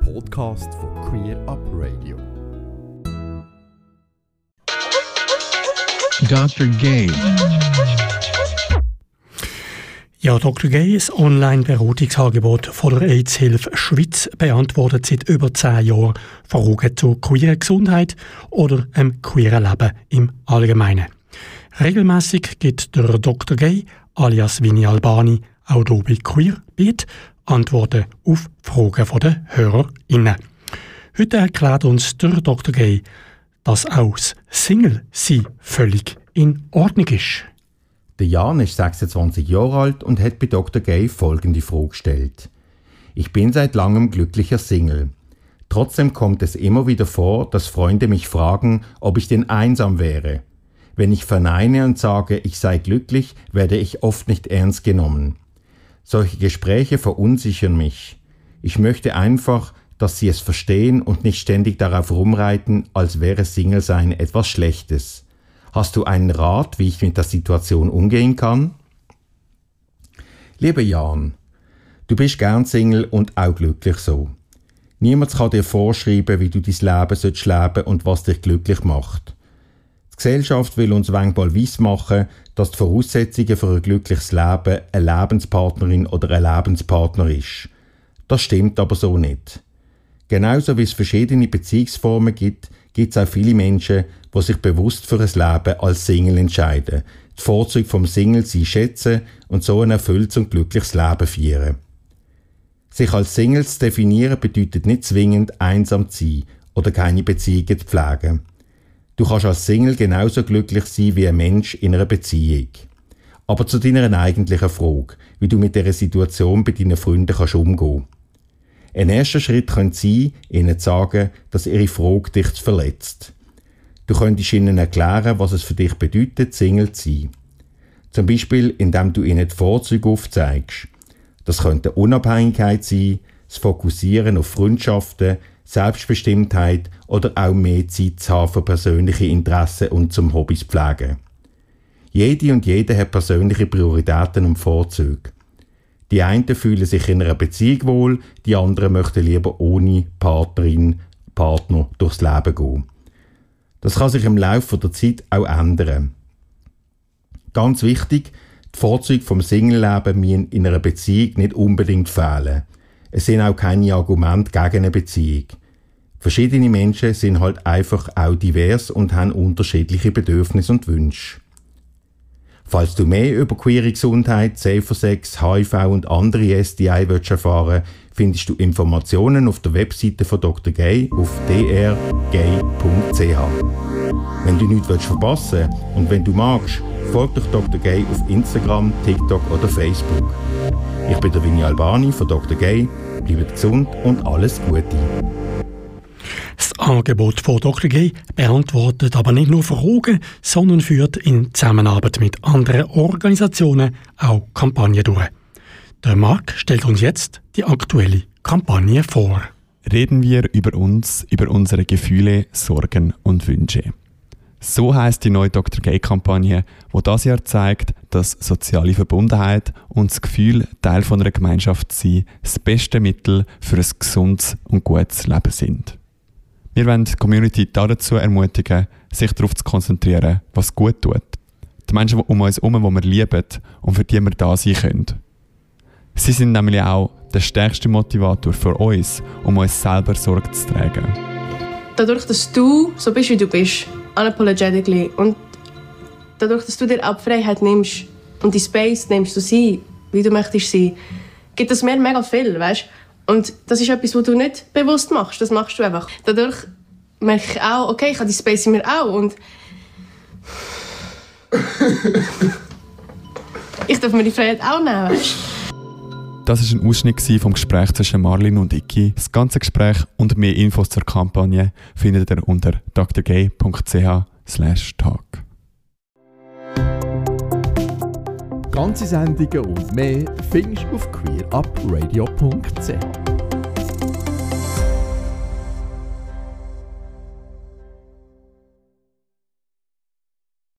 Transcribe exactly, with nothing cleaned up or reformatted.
Podcast von Queer Up Radio. Doktor Gay. Ja, Doktor Gay, das Online-Beratungsangebot von der AIDS-Hilfe Schweiz, beantwortet seit über zehn Jahren Fragen zur queeren Gesundheit oder einem queeren Leben im Allgemeinen. Regelmäßig gibt der Doktor Gay, alias Vinny Albani, auch hier bei Queerbeat, Antworten auf Fragen der HörerInnen. Heute erklärt uns der Doktor Gay, dass auch das Single-Sein völlig in Ordnung ist. Der Jan ist sechsundzwanzig Jahre alt und hat bei Doktor Gay folgende Frage gestellt. Ich bin seit langem glücklicher Single. Trotzdem kommt es immer wieder vor, dass Freunde mich fragen, ob ich denn einsam wäre. Wenn ich verneine und sage, ich sei glücklich, werde ich oft nicht ernst genommen. Solche Gespräche verunsichern mich. Ich möchte einfach, dass sie es verstehen und nicht ständig darauf rumreiten, als wäre Single-Sein etwas Schlechtes. Hast du einen Rat, wie ich mit der Situation umgehen kann? Lieber Jan, du bist gern Single und auch glücklich so. Niemand kann dir vorschreiben, wie du dein Leben sollst leben und was dich glücklich macht. Die Gesellschaft will uns manchmal weismachen, dass die Voraussetzungen für ein glückliches Leben eine Lebenspartnerin oder ein Lebenspartner ist. Das stimmt aber so nicht. Genauso wie es verschiedene Beziehungsformen gibt, gibt es auch viele Menschen, die sich bewusst für ein Leben als Single entscheiden, die Vorzüge vom Single-Sein schätzen und so ein erfülltes und glückliches Leben führen. Sich als Single zu definieren bedeutet nicht zwingend einsam zu sein oder keine Beziehungen zu pflegen. Du kannst als Single genauso glücklich sein wie ein Mensch in einer Beziehung. Aber zu deiner eigentlichen Frage, wie du mit dieser Situation bei deinen Freunden kannst umgehen. Ein erster Schritt könnte sein, ihnen zu sagen, dass ihre Frage dich verletzt. Du könntest ihnen erklären, was es für dich bedeutet, Single zu sein. Zum Beispiel, indem du ihnen die Vorzüge aufzeigst. Das könnte Unabhängigkeit sein, das Fokussieren auf Freundschaften, Selbstbestimmtheit oder auch mehr Zeit zu haben für persönliche Interessen und zum Hobbys pflegen. Jede und jeder hat persönliche Prioritäten und Vorzüge. Die einen fühlen sich in einer Beziehung wohl, die anderen möchten lieber ohne Partnerin, Partner durchs Leben gehen. Das kann sich im Laufe der Zeit auch ändern. Ganz wichtig, die Vorzüge vom Single-Leben müssen in einer Beziehung nicht unbedingt fehlen. Es sind auch keine Argumente gegen eine Beziehung. Verschiedene Menschen sind halt einfach auch divers und haben unterschiedliche Bedürfnisse und Wünsche. Falls du mehr über queere Gesundheit, Safer Sex, H I V und andere S T I willst erfahren, findest du Informationen auf der Webseite von Doktor Gay auf d r gay punkt c h. Wenn du nichts willst verpassen und wenn du magst, folg doch Doktor Gay auf Instagram, TikTok oder Facebook. Ich bin der Vinny Albani von Doktor Gay. Bleibt gesund und alles Gute. Das Angebot von Doktor Gay beantwortet aber nicht nur Fragen, sondern führt in Zusammenarbeit mit anderen Organisationen auch Kampagnen durch. Der Marc stellt uns jetzt die aktuelle Kampagne vor. Reden wir über uns, über unsere Gefühle, Sorgen und Wünsche. So heisst die neue Doktor Gay-Kampagne, die dieses Jahr zeigt, dass soziale Verbundenheit und das Gefühl, Teil von einer Gemeinschaft zu sein, das beste Mittel für ein gesundes und gutes Leben sind. Wir wollen die Community dazu ermutigen, sich darauf zu konzentrieren, was gut tut. Die Menschen um uns herum, die wir lieben und für die wir da sein können. Sie sind nämlich auch der stärkste Motivator für uns, um uns selber Sorge zu tragen. Dadurch, dass du so bist, wie du bist, unapologetically, und dadurch, dass du dir auch die Freiheit nimmst und die Space nimmst, zu sein, wie du möchtest sein, gibt es mir mega viel, weißt? Und das ist etwas, was du nicht bewusst machst, das machst du einfach. Dadurch merke ich auch, okay, ich habe die Space in mir auch und ich darf mir die Freiheit auch nehmen, weißt? Das war ein Ausschnitt vom Gespräch zwischen Marlin und Iki. Das ganze Gespräch und mehr Infos zur Kampagne findet ihr unter d r gay punkt c h slash talk. Ganze Sendungen und mehr findest du auf queer up radio punkt c h.